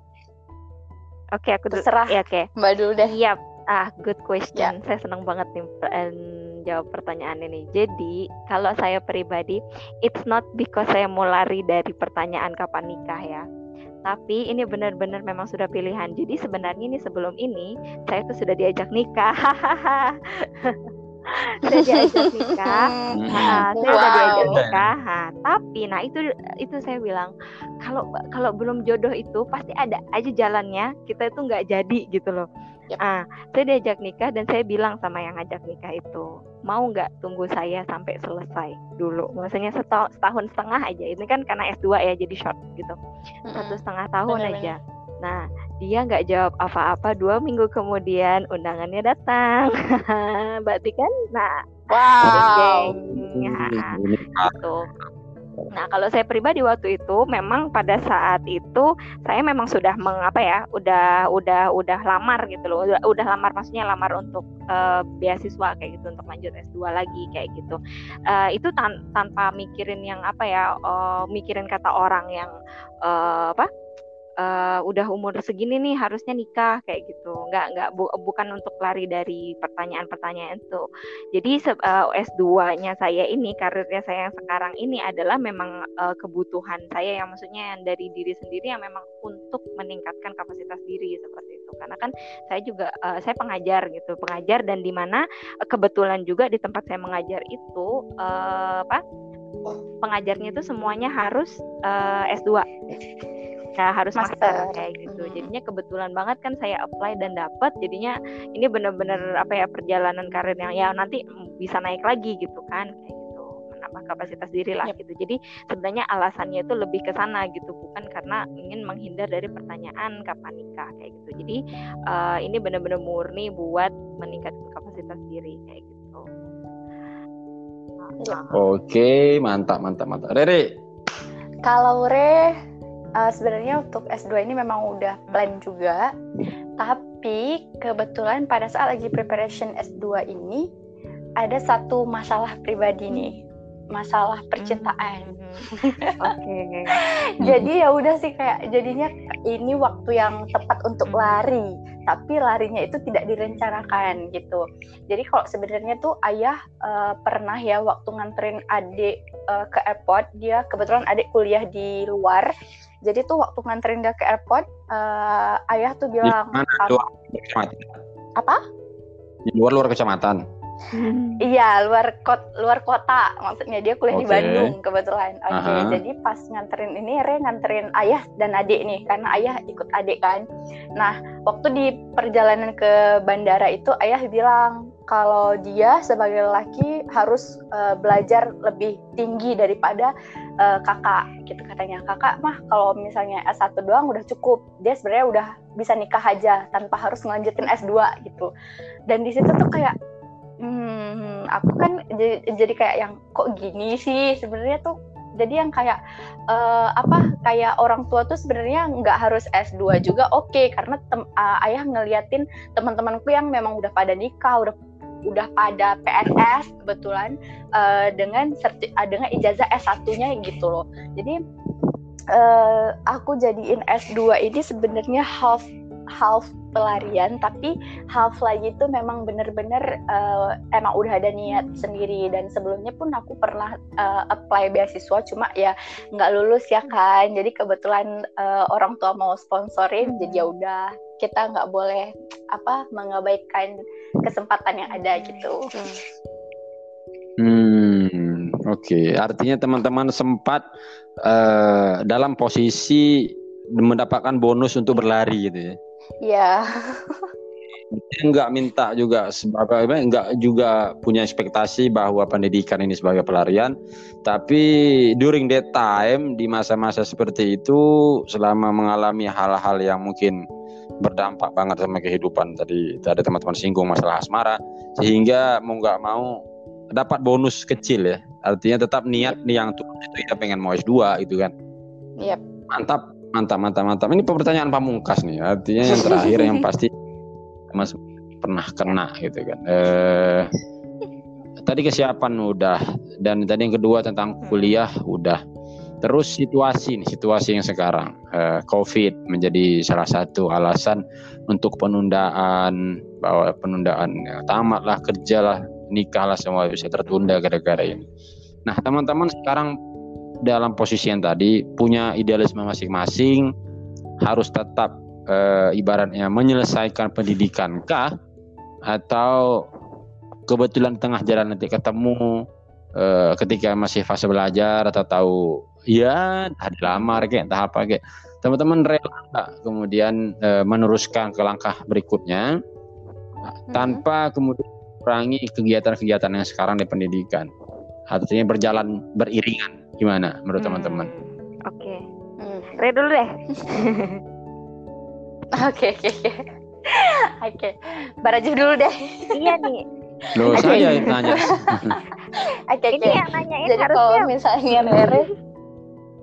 Oke, okay, aku dulu. Terserah. Ya, oke. Okay. Mbak dulu deh. Yap. Ah, good question. Yeah. Saya senang banget nih jawab pertanyaan ini. Jadi, kalau saya pribadi, it's not because saya mau lari dari pertanyaan kapan nikah ya. Tapi ini benar-benar memang sudah pilihan. Jadi sebenarnya ini sebelum ini saya tuh sudah diajak nikah. saya diajak nikah, nah, saya wow. udah diajak nikah. Nah, tapi, nah itu itu saya bilang kalau kalau belum jodoh itu pasti ada aja jalannya. Kita itu nggak jadi gitu loh. Yep. Ah, saya diajak nikah dan saya bilang sama yang ngajak nikah itu, mau nggak tunggu saya sampai selesai dulu. Maksudnya setahun, setahun setengah aja. Ini kan karena S dua ya, jadi short gitu. Mm-hmm. Satu setengah tahun Bener-bener. aja. Nah, dia nggak jawab apa-apa. Dua minggu kemudian undangannya datang. Berarti kan, nah, wow. Nah, gitu. Nah, kalau saya pribadi waktu itu memang pada saat itu saya memang sudah mengapa ya, udah udah udah lamar gitu loh. Udah, udah lamar maksudnya lamar untuk uh, beasiswa kayak gitu untuk lanjut S dua lagi kayak gitu. Uh, itu tan- tanpa mikirin yang apa ya, uh, mikirin kata orang yang uh, apa? uh, udah umur segini nih harusnya nikah kayak gitu. Nggak nggak bu, bukan untuk lari dari pertanyaan-pertanyaan itu. Jadi uh, S dua-nya saya ini, karirnya saya yang sekarang ini adalah memang uh, kebutuhan saya, yang maksudnya yang dari diri sendiri, yang memang untuk meningkatkan kapasitas diri seperti itu. Karena kan saya juga uh, saya pengajar gitu, pengajar dan di mana uh, kebetulan juga di tempat saya mengajar itu uh, apa? pengajarnya itu semuanya harus uh, S dua. Nah, harus master, master kayak gitu. Hmm. Jadinya kebetulan banget kan saya apply dan dapat. Jadinya ini benar-benar apa ya, perjalanan karir yang ya nanti bisa naik lagi gitu kan, kayak gitu. Menambah kapasitas diri lah yep. gitu. Jadi sebenarnya alasannya itu lebih ke sana gitu, bukan karena ingin menghindar dari pertanyaan kapan nikah kayak gitu. Jadi uh, ini benar-benar murni buat meningkatkan kapasitas diri kayak gitu. Ya. Oke, mantap, mantap, mantap. Rere. Kalau Re, uh, sebenarnya untuk S dua ini memang udah plan juga, tapi kebetulan pada saat lagi preparation S dua ini ada satu masalah pribadi nih, masalah percintaan. Oke. Okay. Jadi ya udah sih, kayak jadinya ini waktu yang tepat untuk lari, tapi larinya itu tidak direncanakan gitu. Jadi kalau sebenarnya tuh ayah uh, pernah ya waktu nganterin adik uh, ke airport, dia kebetulan adik kuliah di luar. Jadi tuh waktu nganterin dia ke airport, uh, ayah tuh bilang apa? Di luar luar kecamatan. Hmm. Iya, luar kot, luar kota, maksudnya dia kuliah okay. di Bandung kebetulan. Oke, okay, uh-huh. Jadi pas nganterin ini, Re nganterin ayah dan adik nih, karena ayah ikut adik kan. Nah, waktu di perjalanan ke bandara itu ayah bilang kalau dia sebagai lelaki harus uh, belajar lebih tinggi daripada uh, kakak, gitu katanya. Kakak mah kalau misalnya S satu doang udah cukup, dia sebenarnya udah bisa nikah aja tanpa harus ngelanjutin S dua gitu. Dan di situ tuh kayak Hmm, aku kan jadi, jadi kayak yang kok gini sih sebenarnya tuh. Jadi yang kayak uh, apa kayak orang tua tuh sebenarnya nggak harus S dua juga oke, okay, karena tem- uh, ayah ngeliatin teman-temanku yang memang udah pada nikah, udah udah pada P N S kebetulan uh, dengan serti- uh, dengan ijazah S satu-nya gitu loh. Jadi uh, aku jadiin S dua ini sebenarnya half half pelarian, tapi half lagi itu memang benar-benar uh, emang udah ada niat sendiri. Dan sebelumnya pun aku pernah uh, apply beasiswa, cuma ya nggak lulus ya kan. Jadi kebetulan uh, orang tua mau sponsorin, jadi ya udah kita nggak boleh apa mengabaikan kesempatan yang ada gitu. Hmm, oke. Okay. Artinya teman-teman sempat uh, dalam posisi mendapatkan bonus untuk berlari gitu ya. Iya. Enggak minta juga sebagai enggak juga punya ekspektasi bahwa pendidikan ini sebagai pelarian, tapi during that time, di masa-masa seperti itu, selama mengalami hal-hal yang mungkin berdampak banget sama kehidupan, tadi ada teman-teman singgung masalah asmara, sehingga mau nggak mau dapat bonus kecil ya. Artinya tetap niat yep. yang tuh itu ya pengen mau S dua gitu kan. Yep. Mantap. Mantap, mantap, mantap. Ini pertanyaan pamungkas nih. Artinya yang terakhir yang pasti Mas pernah kena gitu kan. Eh, tadi kesiapan udah, dan tadi yang kedua tentang kuliah udah. Terus situasi nih, situasi yang sekarang, eh, COVID menjadi salah satu alasan untuk penundaan, bahwa penundaan ya, tamatlah, kerjalah, nikahlah, semua bisa tertunda gara-gara ini. Nah, teman-teman sekarang dalam posisi yang tadi punya idealisme masing-masing, harus tetap e, ibaratnya menyelesaikan pendidikan kah, atau kebetulan tengah jalan nanti ketemu e, ketika masih fase belajar, atau tahu ya dilamar kayak entah apa kayak, teman-teman rela gak kemudian e, meneruskan ke langkah berikutnya hmm. tanpa kemudian kurangi kegiatan-kegiatan yang sekarang di pendidikan, artinya berjalan beriringan. Gimana menurut hmm, teman-teman? Oke, okay. hmm. Re dulu deh. Oke oke oke. Oke, Barajih dulu deh. Iya nih. Loh, okay. Saya yang nanya. Oke oke. Ini yang nanyain jadi harusnya. Kalau misalnya Rere,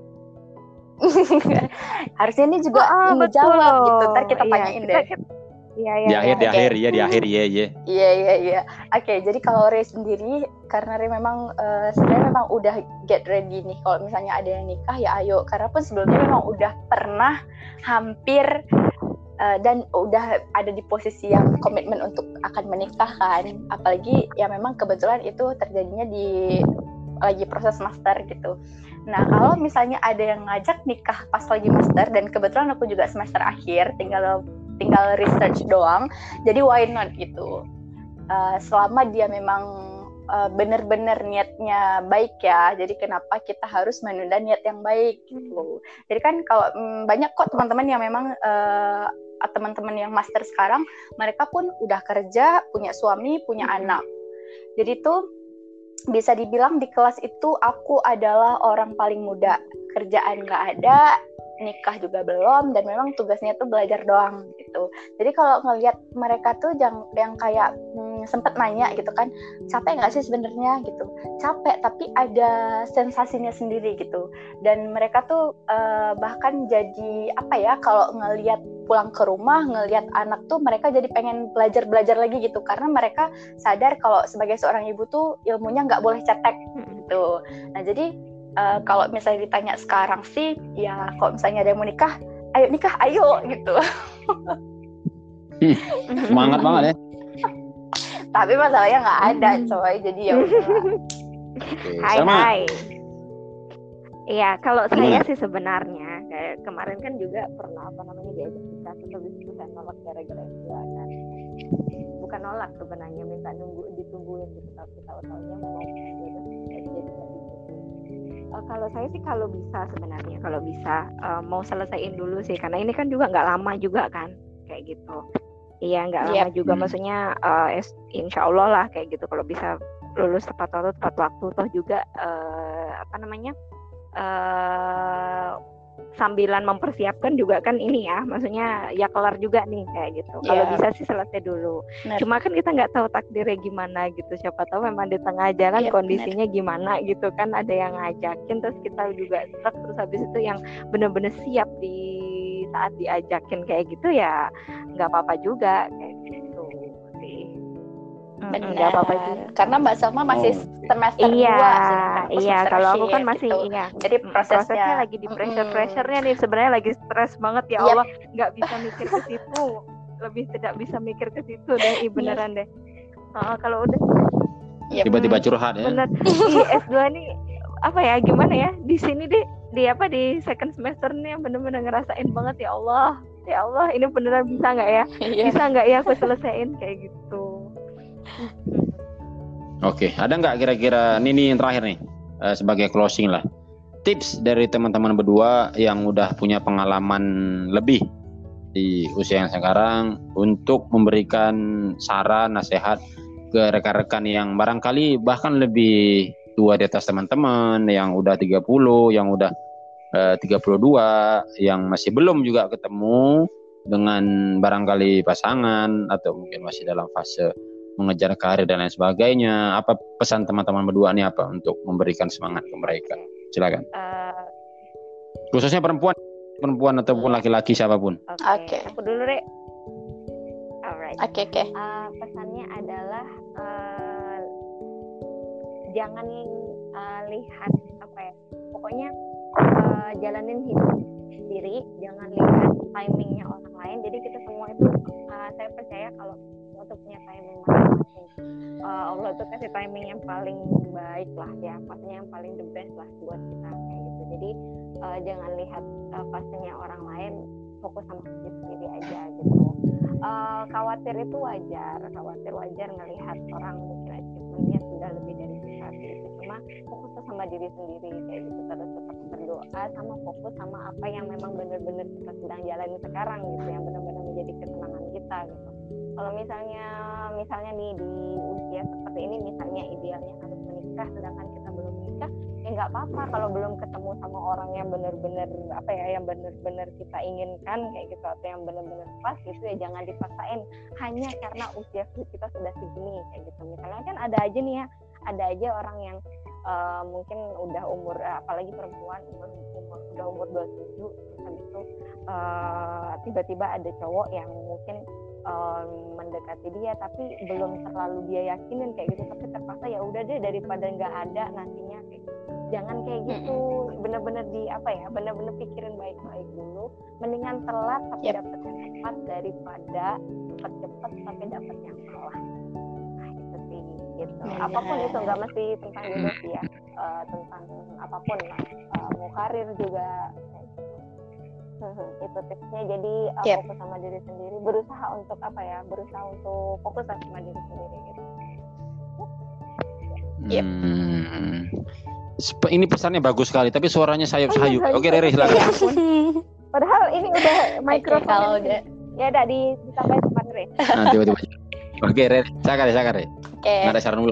harusnya ini juga oh, ini jawab gitu. Ntar kita iya, tanyain kita, deh. Kita, Iya, iya, Di akhir, iya. di Oke. akhir, ya di akhir, ya, ya. Iya iya iya. Oke, jadi kalau Ray sendiri, karena Ray memang uh, sebenarnya memang udah get ready nih. Kalau misalnya ada yang nikah ya ayo. Karena pun sebelumnya memang udah pernah hampir uh, dan udah ada di posisi yang komitmen untuk akan menikah kan. Apalagi ya memang kebetulan itu terjadinya di lagi proses master gitu. Nah kalau misalnya ada yang ngajak nikah pas lagi master dan kebetulan aku juga semester akhir, tinggal tinggal research doang, jadi why not gitu. Uh, selama dia memang uh, benar-benar niatnya baik ya, jadi kenapa kita harus menunda niat yang baik gitu. Jadi kan kalau mm, banyak kok teman-teman yang memang uh, teman-teman yang master sekarang, mereka pun udah kerja, punya suami, punya anak. Jadi tuh bisa dibilang di kelas itu aku adalah orang paling muda, kerjaan nggak ada, nikah juga belum, dan memang tugasnya tuh belajar doang gitu. Jadi kalau ngelihat mereka tuh yang yang kayak hmm, sempet nanya gitu kan, capek nggak sih sebenarnya gitu? Capek, tapi ada sensasinya sendiri gitu. Dan mereka tuh uh, bahkan jadi apa ya, kalau ngelihat pulang ke rumah ngelihat anak tuh mereka jadi pengen belajar belajar lagi gitu, karena mereka sadar kalau sebagai seorang ibu tuh ilmunya nggak boleh cetek gitu. Nah jadi Uh, kalau misalnya ditanya sekarang sih, ya kalau misalnya ada yang mau nikah, ayo nikah, ayo gitu. Semangat banget ya. Tapi masalahnya nggak ada, coy. Jadi ya udah. Okay. Hai Sama. hai. Iya, kalau saya Gimana? sih sebenarnya kayak kemarin kan juga pernah apa namanya diajak nikah, terus habis itu saya nolak gara-gara itu kan. Bukan nolak sebenarnya, minta nunggu ditungguin gitu, tapi tahu-taunya mau jodoh jadi jadi Uh, kalau saya sih kalau bisa sebenarnya kalau bisa uh, mau selesaiin dulu sih, karena ini kan juga nggak lama juga kan kayak gitu. Iya nggak lama Yep. juga, maksudnya uh, insya Allah lah kayak gitu. Kalau bisa lulus tepat waktu tepat waktu, toh juga uh, apa namanya uh, sambilan mempersiapkan juga kan ini ya, maksudnya ya kelar juga nih kayak gitu. Yeah. Kalau bisa sih selesai dulu. Bener. Cuma kan kita nggak tahu takdirnya gimana gitu. Siapa tahu memang di tengah jalan yeah, kondisinya bener. Gimana gitu kan. Ada yang ngajakin terus kita juga stuck, terus habis itu yang benar-benar siap di saat diajakin kayak gitu ya nggak apa-apa juga kayak gitu sih. Benar. Nggak apa-apa juga. Karena Mbak Salma masih Oh. semester iya, dua, sedangkan aku iya, semester kalau akhir, aku kan masih gitu. iya. Jadi prosesnya, prosesnya lagi di pressure-pressurenya nih, sebenarnya lagi stres banget ya Allah, nggak yep. bisa mikir ke situ, lebih tidak bisa mikir ke situ deh, beneran deh. Uh, kalau udah yep. tiba-tiba curhat ya. Bener. Di S dua nih apa ya, gimana ya? Di sini deh, di apa di second semester nih yang bener-bener ngerasain banget ya Allah. Ya Allah, ini beneran bisa nggak ya? Bisa nggak ya aku selesaiin kayak gitu. Oke, ada nggak kira-kira ini, nih yang terakhir nih uh, sebagai closing lah, tips dari teman-teman berdua yang udah punya pengalaman lebih di usia yang sekarang untuk memberikan saran, nasihat ke rekan-rekan yang barangkali bahkan lebih tua di atas teman-teman, yang udah tiga puluh, yang udah uh, tiga puluh dua, yang masih belum juga ketemu dengan barangkali pasangan atau mungkin masih dalam fase mengejar karir dan lain sebagainya. Apa pesan teman-teman berdua nih apa untuk memberikan semangat ke mereka? Silakan. Uh, Khususnya perempuan, perempuan ataupun laki-laki siapapun. Oke. Okay. Okay. Aku dulu deh. Alright. Oke okay, oke. Okay. Uh, pesannya adalah uh, jangan uh, lihat apa ya. Pokoknya uh, jalanin hidup sendiri, jangan lihat timingnya orang lain. Jadi kita semua itu uh, saya percaya kalau untuk punya timing masing-masing. Uh, Allah itu kasih timing yang paling baik lah ya, maksudnya yang paling the best lah buat kita kayak gitu. Jadi uh, jangan lihat uh, fasenya orang lain, fokus sama diri sendiri aja gitu. Uh, khawatir itu wajar, khawatir wajar ngelihat orang mungkin achievementnya sudah lebih dari kita gitu. Cuma fokus sama diri sendiri kayak gitu, terus tetap berdoa sama fokus sama apa yang memang benar-benar kita sedang jalani sekarang gitu, yang benar-benar menjadi kesenangan kita gitu. Kalau misalnya misalnya nih di usia seperti ini, misalnya idealnya harus menikah sedangkan kita belum menikah, ya nggak apa-apa kalau belum ketemu sama orang yang benar-benar apa ya, yang benar-benar kita inginkan kayak gitu, atau yang benar-benar pas gitu, ya jangan dipaksain hanya karena usia kita sudah segini kayak gitu. Misalnya kan ada aja nih ya, ada aja orang yang uh, mungkin udah umur, apalagi perempuan umur, umur udah umur dua puluh tujuh, terus habis itu uh, tiba-tiba ada cowok yang mungkin um, mendekati dia tapi belum terlalu dia yakinin kayak gitu, tapi terpaksa ya udah deh daripada nggak ada nantinya kayak gitu. Jangan kayak gitu, bener-bener di apa ya, bener-bener pikirin baik-baik dulu. Mendingan telat tapi Yep. dapat yang tepat daripada cepat-cepat tapi dapat yang salah. Nah itu sih gitu. Benar. Apapun itu nggak mesti tentang jodoh sih ya, uh, tentang apapun lah, uh, mau karir juga. Itu tipsnya. Jadi uh, Yep. fokus sama diri sendiri, berusaha untuk apa ya, berusaha untuk fokus sama diri sendiri gitu. Yep. Hmm. Sep- Ini pesannya bagus sekali, tapi suaranya sayup-sayup. Oh, iya, Oke, sayup. Rere silakan. Ya ampun. Padahal ini udah mikrofon. kalau ini. udah Ya udah di disampaikan sama Rere. Nah, tiba-tiba. Oke, Rere, silakan, silakan, Rere. Oke, Nggak ada saran dulu.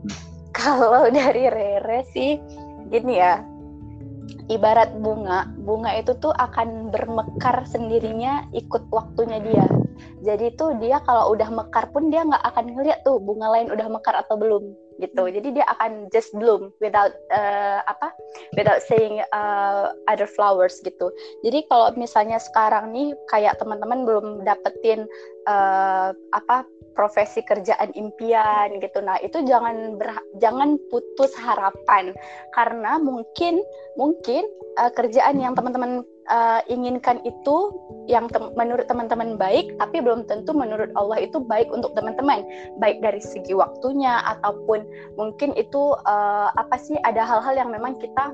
kalau dari Rere sih gini ya, ibarat bunga, bunga itu tuh akan bermekar sendirinya ikut waktunya dia. Jadi tuh dia kalau udah mekar pun dia nggak akan ngeliat tuh bunga lain udah mekar atau belum gitu. Jadi dia akan just bloom without uh, apa, without saying uh, other flowers gitu. Jadi kalau misalnya sekarang nih kayak teman-teman belum dapetin uh, apa profesi kerjaan impian gitu, nah itu jangan ber, jangan putus harapan, karena mungkin mungkin uh, kerjaan yang teman-teman uh, inginkan itu yang tem- menurut teman-teman baik, tapi belum tentu menurut Allah itu baik untuk teman-teman, baik dari segi waktunya ataupun mungkin itu uh, apa sih, ada hal-hal yang memang kita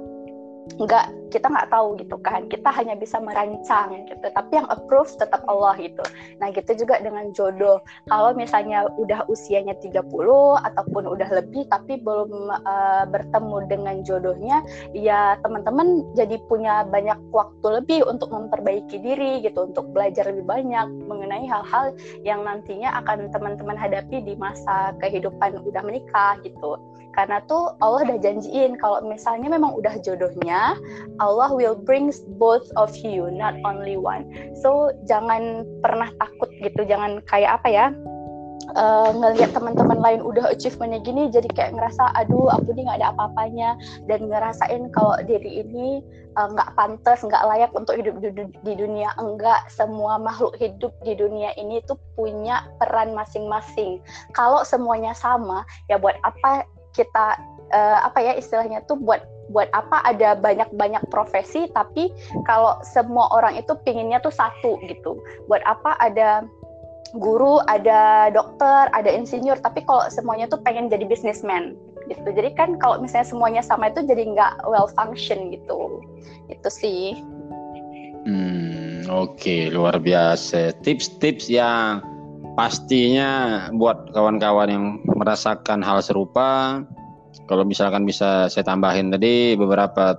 nggak kita nggak tahu gitu kan, kita hanya bisa merancang gitu, tapi yang approve tetap Allah gitu. Nah gitu juga dengan jodoh, kalau misalnya udah usianya tiga puluh ataupun udah lebih tapi belum uh, bertemu dengan jodohnya, ya teman-teman jadi punya banyak waktu lebih untuk memperbaiki diri gitu, untuk belajar lebih banyak mengenai hal-hal yang nantinya akan teman-teman hadapi di masa kehidupan udah menikah gitu. Karena tuh Allah udah janjiin kalau misalnya memang udah jodohnya, Allah will bring both of you, not only one. So jangan pernah takut gitu, jangan kayak apa ya, uh, ngelihat teman-teman lain udah achievementnya gini, jadi kayak ngerasa aduh aku ini nggak ada apa-apanya, dan ngerasain kalau diri ini nggak uh, pantas, nggak layak untuk hidup di, di dunia. Enggak, semua makhluk hidup di dunia ini tuh punya peran masing-masing. Kalau semuanya sama, ya buat apa kita uh, apa ya istilahnya tuh buat buat apa ada banyak-banyak profesi, tapi kalau semua orang itu pinginnya tuh satu gitu. Buat apa ada guru, ada dokter, ada insinyur, tapi kalau semuanya tuh pengen jadi businessman gitu. Jadi kan kalau misalnya semuanya sama itu jadi nggak well function gitu. Itu sih. Hmm, oke, okay, luar biasa. Tips-tips yang pastinya buat kawan-kawan yang merasakan hal serupa. Kalau misalkan bisa saya tambahin tadi beberapa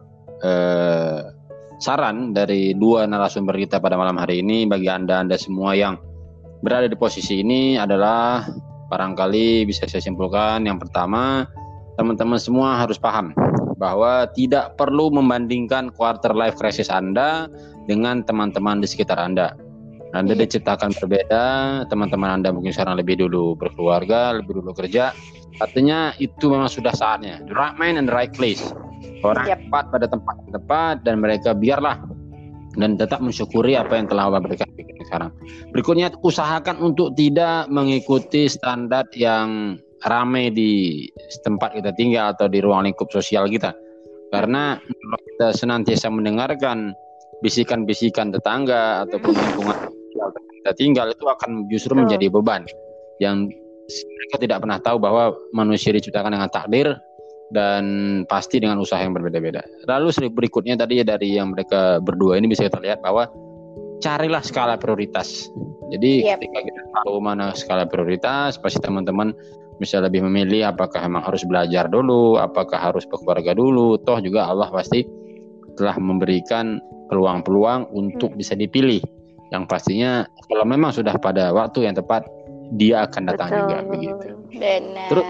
eh, saran dari dua narasumber kita pada malam hari ini bagi Anda-Anda semua yang berada di posisi ini adalah barangkali bisa saya simpulkan, yang pertama, teman-teman semua harus paham bahwa tidak perlu membandingkan quarter life crisis Anda dengan teman-teman di sekitar Anda. Anda yeah. diciptakan berbeda, teman-teman Anda mungkin sekarang lebih dulu berkeluarga, lebih dulu kerja. Artinya itu memang sudah saatnya. The right man and the right place. Orang yep. tepat pada tempat yang tepat, dan mereka biarlah dan tetap mensyukuri apa yang telah Allah berikan sekarang. Berikutnya, usahakan untuk tidak mengikuti standar yang ramai di tempat kita tinggal atau di ruang lingkup sosial kita. Karena kalau kita senantiasa mendengarkan bisikan-bisikan tetangga ataupun lingkungan kita tinggal, itu akan justru menjadi beban yang mereka tidak pernah tahu bahwa manusia diciptakan dengan takdir dan pasti dengan usaha yang berbeda-beda. Lalu berikutnya tadi dari yang mereka berdua ini bisa kita lihat bahwa carilah skala prioritas. Jadi yep. ketika kita tahu mana skala prioritas, pasti teman-teman bisa lebih memilih apakah memang harus belajar dulu, apakah harus berkeluarga dulu. Toh juga Allah pasti telah memberikan peluang-peluang untuk hmm. bisa dipilih. Yang pastinya kalau memang sudah pada waktu yang tepat, dia akan datang Betul. juga begitu. Benar. Terus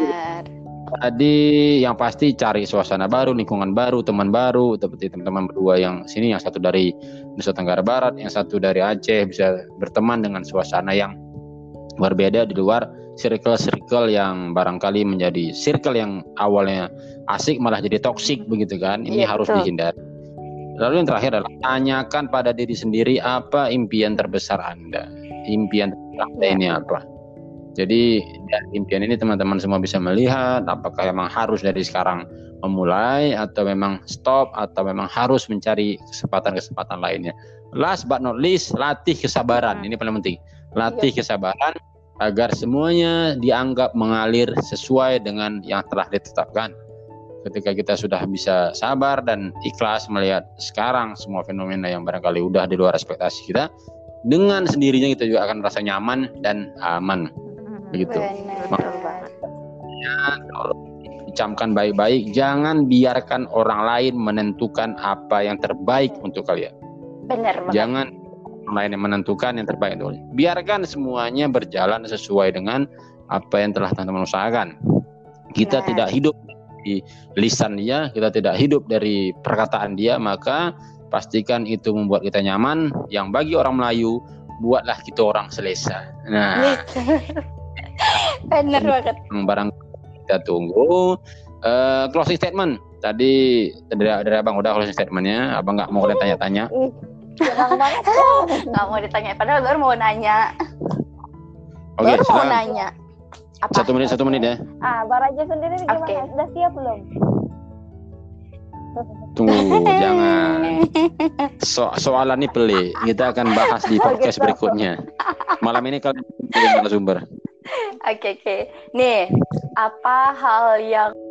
tadi yang pasti cari suasana baru, lingkungan baru, teman baru, seperti teman-teman berdua yang sini, yang satu dari Nusa Tenggara Barat, yang satu dari Aceh, bisa berteman dengan suasana yang berbeda di luar circle-circle yang barangkali menjadi circle yang awalnya asik malah jadi toksik begitu kan. Ini ya, harus betul. dihindari. Lalu yang terakhir adalah tanyakan pada diri sendiri apa impian terbesar Anda. Impian kita ini apa. Jadi dari impian ini teman-teman semua bisa melihat apakah memang harus dari sekarang memulai atau memang stop atau memang harus mencari kesempatan-kesempatan lainnya. Last but not least, latih kesabaran. Ini paling penting. Latih kesabaran agar semuanya dianggap mengalir sesuai dengan yang telah ditetapkan. Ketika kita sudah bisa sabar dan ikhlas melihat sekarang semua fenomena yang barangkali udah di luar ekspektasi kita, dengan sendirinya kita juga akan merasa nyaman dan aman. Begitu. Makanya kalau dicamkan baik-baik, jangan biarkan orang lain menentukan apa yang terbaik untuk kalian. Benar banget. Jangan orang lain yang menentukan yang terbaik untuk kalian. Biarkan semuanya berjalan sesuai dengan apa yang telah teman-teman usahakan. Kita nah. tidak hidup di lisan dia, kita tidak hidup dari perkataan dia, maka pastikan itu membuat kita nyaman. Yang bagi orang Melayu, buatlah kita orang selesa. Nah, benar banget. Barang kita tunggu uh, closing statement. Tadi dari, dari abang udah closing statementnya. Abang nggak mau tanya-tanya. Jarang banget. Nggak mau ditanya. Padahal baru mau nanya. Oke, baru silakan. mau nanya. Apa? Satu menit, satu menit ya. Ah, Baraja sendiri gimana? Okay. Sudah siap belum? Tunggu, jangan. So, soalan ini pelik. Kita akan bahas di podcast berikutnya. Malam ini kalian narasumber. Oke, oke. Nih, apa hal yang